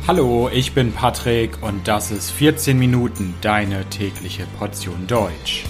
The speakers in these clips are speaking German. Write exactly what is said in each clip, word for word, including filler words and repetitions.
Hallo, ich bin Patrick und das ist vierzehn Minuten, deine tägliche Portion Deutsch.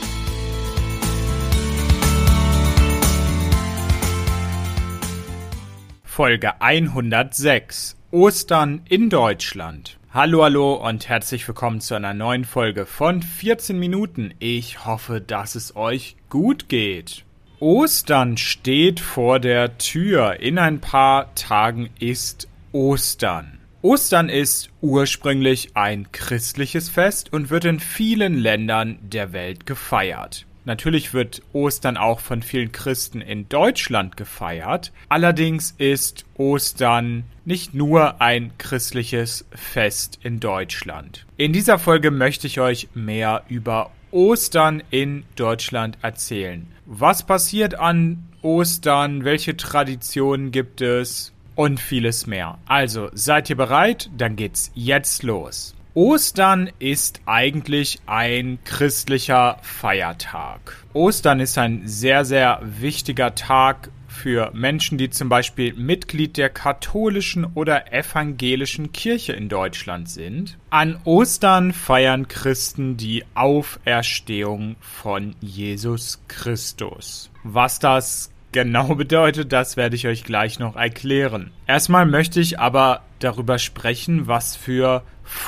Folge hundertsechs. Ostern in Deutschland. Hallo, hallo und herzlich willkommen zu einer neuen Folge von vierzehn Minuten. Ich hoffe, dass es euch gut geht. Ostern steht vor der Tür. In ein paar Tagen ist Ostern. Ostern ist ursprünglich ein christliches Fest und wird in vielen Ländern der Welt gefeiert. Natürlich wird Ostern auch von vielen Christen in Deutschland gefeiert. Allerdings ist Ostern nicht nur ein christliches Fest in Deutschland. In dieser Folge möchte ich euch mehr über Ostern in Deutschland erzählen. Was passiert an Ostern? Welche Traditionen gibt es? Und vieles mehr. Also, seid ihr bereit? Dann geht's jetzt los. Ostern ist eigentlich ein christlicher Feiertag. Ostern ist ein sehr, sehr wichtiger Tag für Menschen, die zum Beispiel Mitglied der katholischen oder evangelischen Kirche in Deutschland sind. An Ostern feiern Christen die Auferstehung von Jesus Christus. Was das genau bedeutet, das werde ich euch gleich noch erklären. Erstmal möchte ich aber darüber sprechen, was für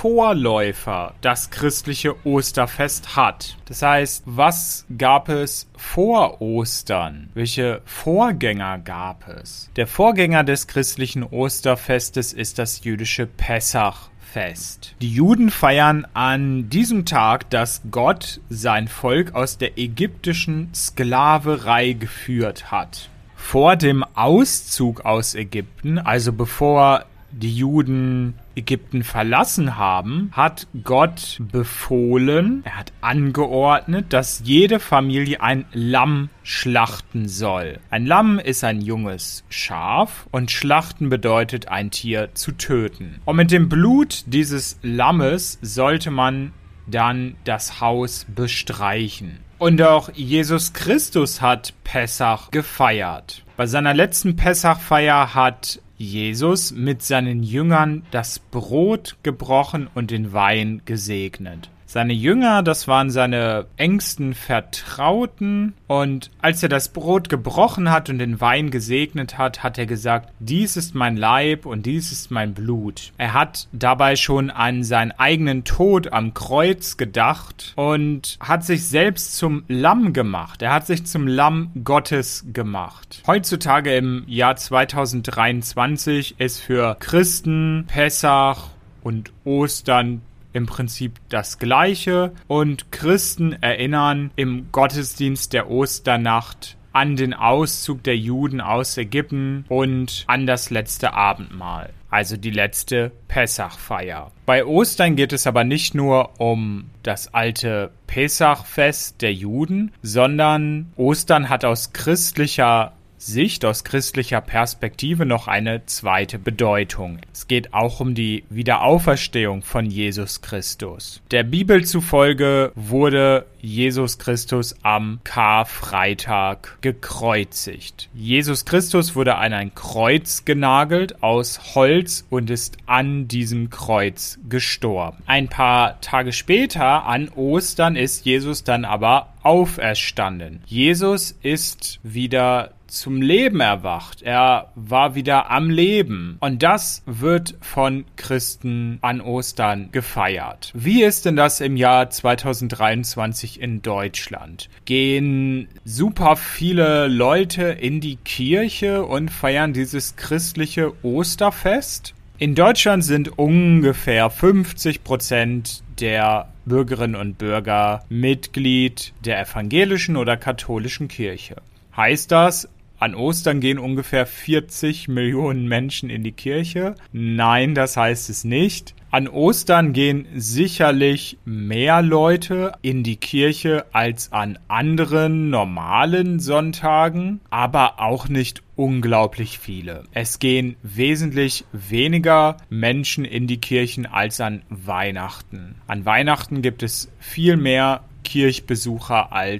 Vorläufer das christliche Osterfest hat. Das heißt, was gab es vor Ostern? Welche Vorgänger gab es? Der Vorgänger des christlichen Osterfestes ist das jüdische Pessach. Fest. Die Juden feiern an diesem Tag, dass Gott sein Volk aus der ägyptischen Sklaverei geführt hat. Vor dem Auszug aus Ägypten, also bevor die Juden Ägypten verlassen haben, hat Gott befohlen, er hat angeordnet, dass jede Familie ein Lamm schlachten soll. Ein Lamm ist ein junges Schaf und schlachten bedeutet, ein Tier zu töten. Und mit dem Blut dieses Lammes sollte man dann das Haus bestreichen. Und auch Jesus Christus hat Pessach gefeiert. Bei seiner letzten Pessachfeier hat Jesus mit seinen Jüngern das Brot gebrochen und den Wein gesegnet. Seine Jünger, das waren seine engsten Vertrauten, und als er das Brot gebrochen hat und den Wein gesegnet hat, hat er gesagt, dies ist mein Leib und dies ist mein Blut. Er hat dabei schon an seinen eigenen Tod am Kreuz gedacht und hat sich selbst zum Lamm gemacht. Er hat sich zum Lamm Gottes gemacht. Heutzutage im Jahr zweitausenddreiundzwanzig ist für Christen Pessach und Ostern im Prinzip das Gleiche, und Christen erinnern im Gottesdienst der Osternacht an den Auszug der Juden aus Ägypten und an das letzte Abendmahl, also die letzte Pessachfeier. Bei Ostern geht es aber nicht nur um das alte Pessachfest der Juden, sondern Ostern hat aus christlicher Sicht, aus christlicher Perspektive noch eine zweite Bedeutung. Es geht auch um die Wiederauferstehung von Jesus Christus. Der Bibel zufolge wurde Jesus Christus am Karfreitag gekreuzigt. Jesus Christus wurde an ein Kreuz genagelt aus Holz und ist an diesem Kreuz gestorben. Ein paar Tage später, an Ostern, ist Jesus dann aber auferstanden. Jesus ist wieder zum Leben erwacht. Er war wieder am Leben. Und das wird von Christen an Ostern gefeiert. Wie ist denn das im Jahr zweitausenddreiundzwanzig in Deutschland? Gehen super viele Leute in die Kirche und feiern dieses christliche Osterfest? In Deutschland sind ungefähr fünfzig Prozent der Bürgerinnen und Bürger Mitglied der evangelischen oder katholischen Kirche. Heißt das, an Ostern gehen ungefähr vierzig Millionen Menschen in die Kirche? Nein, das heißt es nicht. An Ostern gehen sicherlich mehr Leute in die Kirche als an anderen normalen Sonntagen, aber auch nicht unglaublich viele. Es gehen wesentlich weniger Menschen in die Kirchen als an Weihnachten. An Weihnachten gibt es viel mehr Kirchbesucher als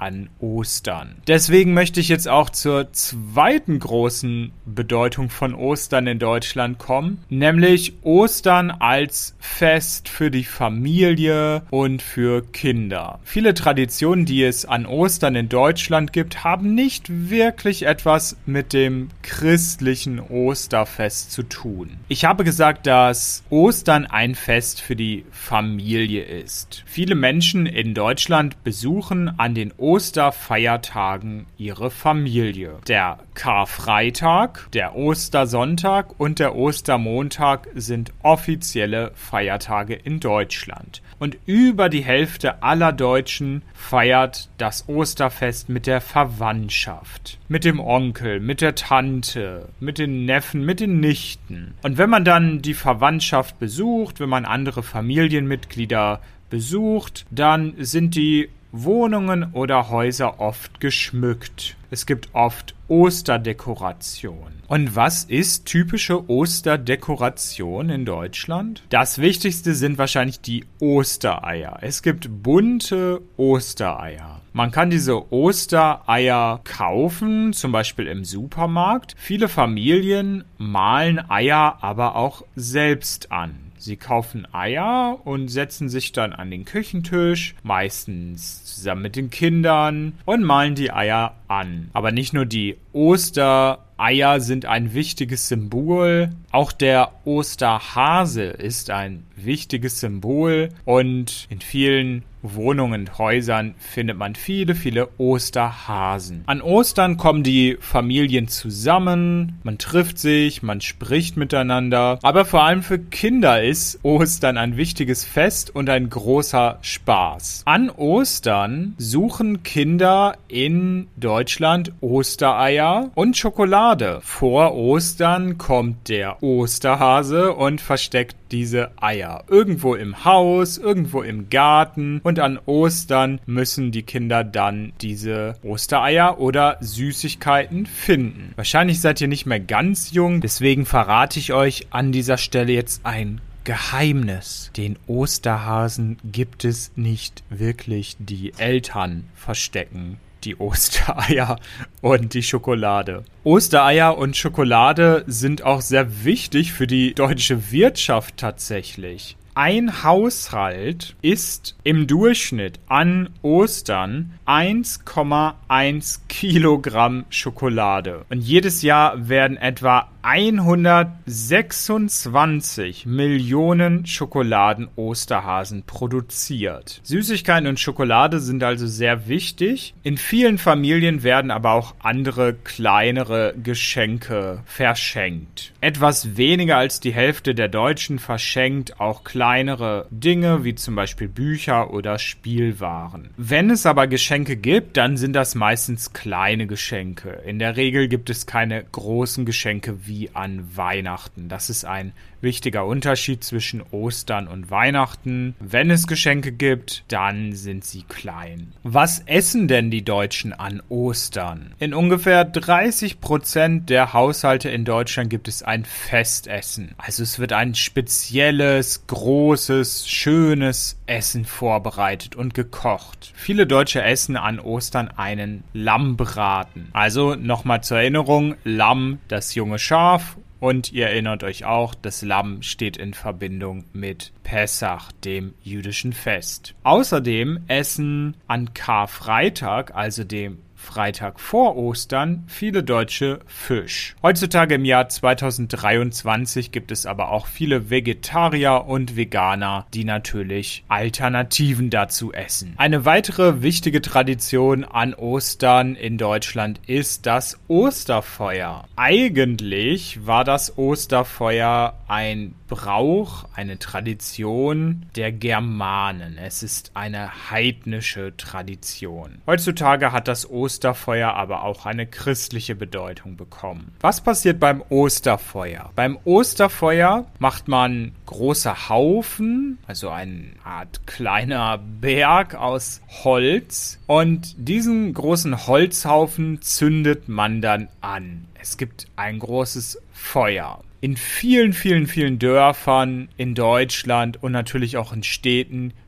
an Ostern. Deswegen möchte ich jetzt auch zur zweiten großen Bedeutung von Ostern in Deutschland kommen, nämlich Ostern als Fest für die Familie und für Kinder. Viele Traditionen, die es an Ostern in Deutschland gibt, haben nicht wirklich etwas mit dem christlichen Osterfest zu tun. Ich habe gesagt, dass Ostern ein Fest für die Familie ist. Viele Menschen in Deutschland besuchen an den Osterfeiertagen ihre Familie. Der Karfreitag, der Ostersonntag und der Ostermontag sind offizielle Feiertage in Deutschland. Und über die Hälfte aller Deutschen feiert das Osterfest mit der Verwandtschaft. Mit dem Onkel, mit der Tante, mit den Neffen, mit den Nichten. Und wenn man dann die Verwandtschaft besucht, wenn man andere Familienmitglieder besucht, dann sind die Wohnungen oder Häuser oft geschmückt. Es gibt oft Osterdekoration. Und was ist typische Osterdekoration in Deutschland? Das Wichtigste sind wahrscheinlich die Ostereier. Es gibt bunte Ostereier. Man kann diese Ostereier kaufen, zum Beispiel im Supermarkt. Viele Familien malen Eier aber auch selbst an. Sie kaufen Eier und setzen sich dann an den Küchentisch, meistens zusammen mit den Kindern, und malen die Eier an. Aber nicht nur die Ostereier sind ein wichtiges Symbol, auch der Osterhase ist ein wichtiges Symbol und in vielen Wohnungen und Häusern findet man viele, viele Osterhasen. An Ostern kommen die Familien zusammen, man trifft sich, man spricht miteinander. Aber vor allem für Kinder ist Ostern ein wichtiges Fest und ein großer Spaß. An Ostern suchen Kinder in Deutschland Ostereier und Schokolade. Vor Ostern kommt der Osterhase und versteckt diese Eier. Irgendwo im Haus, irgendwo im Garten. Und an Ostern müssen die Kinder dann diese Ostereier oder Süßigkeiten finden. Wahrscheinlich seid ihr nicht mehr ganz jung, deswegen verrate ich euch an dieser Stelle jetzt ein Geheimnis. Den Osterhasen gibt es nicht wirklich. Die Eltern verstecken die Ostereier und die Schokolade. Ostereier und Schokolade sind auch sehr wichtig für die deutsche Wirtschaft tatsächlich. Ein Haushalt isst im Durchschnitt an Ostern eins Komma eins Kilogramm Schokolade. Und jedes Jahr werden etwa hundertsechsundzwanzig Millionen Schokoladen-Osterhasen produziert. Süßigkeiten und Schokolade sind also sehr wichtig. In vielen Familien werden aber auch andere kleinere Geschenke verschenkt. Etwas weniger als die Hälfte der Deutschen verschenkt auch kleinere Dinge, wie zum Beispiel Bücher oder Spielwaren. Wenn es aber Geschenke gibt, dann sind das meistens kleine Geschenke. In der Regel gibt es keine großen Geschenke wie wie an Weihnachten. Das ist ein wichtiger Unterschied zwischen Ostern und Weihnachten. Wenn es Geschenke gibt, dann sind sie klein. Was essen denn die Deutschen an Ostern? In ungefähr dreißig Prozent der Haushalte in Deutschland gibt es ein Festessen. Also es wird ein spezielles, großes, schönes Essen vorbereitet und gekocht. Viele Deutsche essen an Ostern einen Lammbraten. Also nochmal zur Erinnerung, Lamm, das junge Schaf. Und ihr erinnert euch auch, das Lamm steht in Verbindung mit Pessach, dem jüdischen Fest. Außerdem essen an Karfreitag, also dem Freitag vor Ostern, viele Deutsche Fisch. Heutzutage im Jahr zweitausenddreiundzwanzig gibt es aber auch viele Vegetarier und Veganer, die natürlich Alternativen dazu essen. Eine weitere wichtige Tradition an Ostern in Deutschland ist das Osterfeuer. Eigentlich war das Osterfeuer ein Brauch, eine Tradition der Germanen. Es ist eine heidnische Tradition. Heutzutage hat das Osterfeuer aber auch eine christliche Bedeutung bekommen. Was passiert beim Osterfeuer? Beim Osterfeuer macht man große Haufen, also eine Art kleiner Berg aus Holz, und diesen großen Holzhaufen zündet man dann an. Es gibt ein großes Feuer. In vielen, vielen, vielen Dörfern in Deutschland und natürlich auch in Städten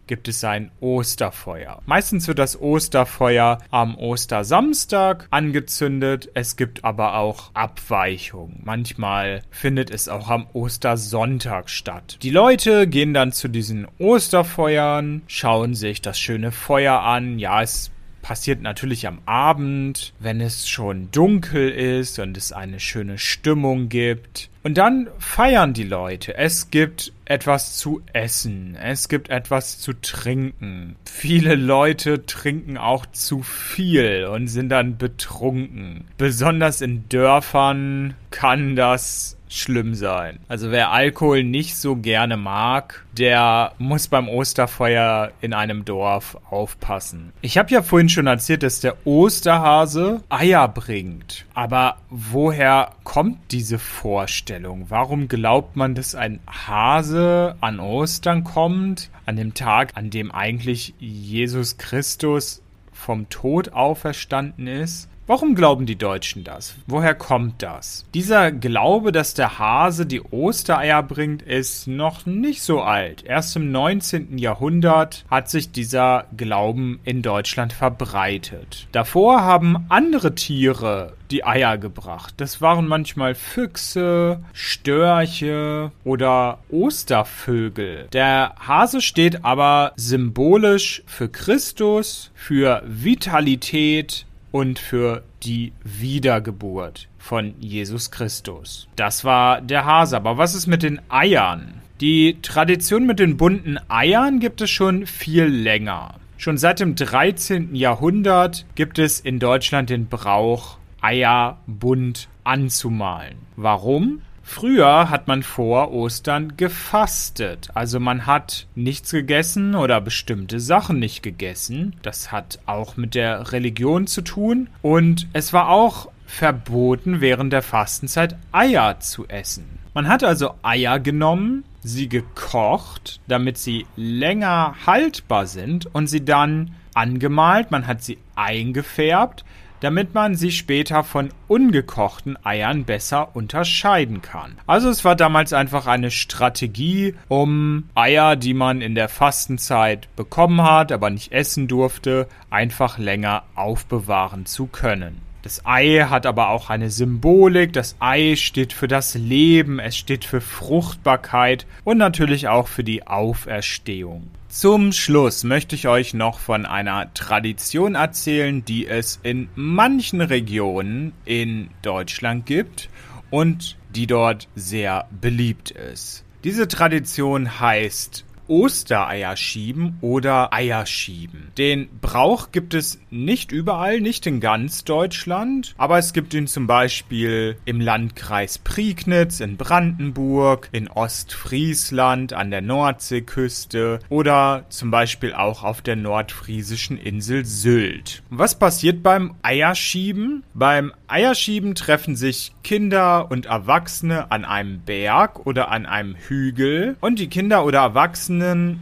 gibt es ein Osterfeuer. Meistens wird das Osterfeuer am Ostersamstag angezündet. Es gibt aber auch Abweichungen. Manchmal findet es auch am Ostersonntag statt. Die Leute gehen dann zu diesen Osterfeuern, schauen sich das schöne Feuer an. Ja, es passiert natürlich am Abend, wenn es schon dunkel ist und es eine schöne Stimmung gibt. Und dann feiern die Leute. Es gibt etwas zu essen. Es gibt etwas zu trinken. Viele Leute trinken auch zu viel und sind dann betrunken. Besonders in Dörfern kann das schlimm sein. Also wer Alkohol nicht so gerne mag, der muss beim Osterfeuer in einem Dorf aufpassen. Ich habe ja vorhin schon erzählt, dass der Osterhase Eier bringt. Aber woher kommt diese Vorstellung? Warum glaubt man, dass ein Hase an Ostern kommt? An dem Tag, an dem eigentlich Jesus Christus vom Tod auferstanden ist? Warum glauben die Deutschen das? Woher kommt das? Dieser Glaube, dass der Hase die Ostereier bringt, ist noch nicht so alt. Erst im neunzehnten Jahrhundert hat sich dieser Glauben in Deutschland verbreitet. Davor haben andere Tiere die Eier gebracht. Das waren manchmal Füchse, Störche oder Ostervögel. Der Hase steht aber symbolisch für Christus, für Vitalität und für die Wiedergeburt von Jesus Christus. Das war der Hase. Aber was ist mit den Eiern? Die Tradition mit den bunten Eiern gibt es schon viel länger. Schon seit dem dreizehnten Jahrhundert gibt es in Deutschland den Brauch, Eier bunt anzumalen. Warum? Früher hat man vor Ostern gefastet, also man hat nichts gegessen oder bestimmte Sachen nicht gegessen. Das hat auch mit der Religion zu tun und es war auch verboten, während der Fastenzeit Eier zu essen. Man hat also Eier genommen, sie gekocht, damit sie länger haltbar sind und sie dann angemalt, man hat sie eingefärbt, damit man sie später von ungekochten Eiern besser unterscheiden kann. Also es war damals einfach eine Strategie, um Eier, die man in der Fastenzeit bekommen hat, aber nicht essen durfte, einfach länger aufbewahren zu können. Das Ei hat aber auch eine Symbolik. Das Ei steht für das Leben, es steht für Fruchtbarkeit und natürlich auch für die Auferstehung. Zum Schluss möchte ich euch noch von einer Tradition erzählen, die es in manchen Regionen in Deutschland gibt und die dort sehr beliebt ist. Diese Tradition heißt Ostereier schieben oder Eierschieben. Den Brauch gibt es nicht überall, nicht in ganz Deutschland, aber es gibt ihn zum Beispiel im Landkreis Prignitz, in Brandenburg, in Ostfriesland, an der Nordseeküste oder zum Beispiel auch auf der nordfriesischen Insel Sylt. Was passiert beim Eierschieben? Beim Eierschieben treffen sich Kinder und Erwachsene an einem Berg oder an einem Hügel und die Kinder oder Erwachsenen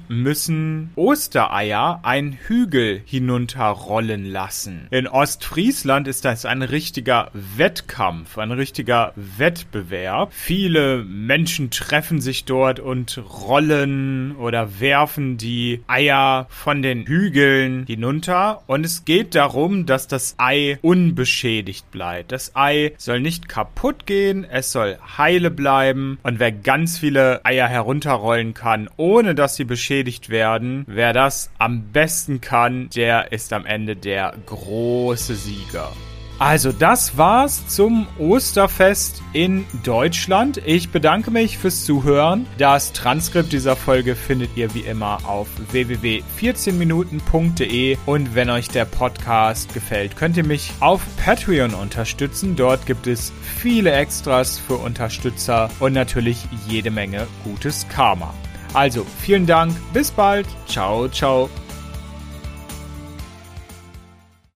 müssen Ostereier einen Hügel hinunterrollen lassen. In Ostfriesland ist das ein richtiger Wettkampf, ein richtiger Wettbewerb. Viele Menschen treffen sich dort und rollen oder werfen die Eier von den Hügeln hinunter und es geht darum, dass das Ei unbeschädigt bleibt. Das Ei soll nicht kaputt gehen, es soll heile bleiben und wer ganz viele Eier herunterrollen kann, ohne dass sie beschädigt werden, wer das am besten kann, der ist am Ende der große Sieger. Also das war's zum Osterfest in Deutschland. Ich bedanke mich fürs Zuhören. Das Transkript dieser Folge findet ihr wie immer auf w w w punkt vierzehn minuten punkt de und wenn euch der Podcast gefällt, könnt ihr mich auf Patreon unterstützen. Dort gibt es viele Extras für Unterstützer und natürlich jede Menge gutes Karma. Also, vielen Dank, bis bald, ciao, ciao.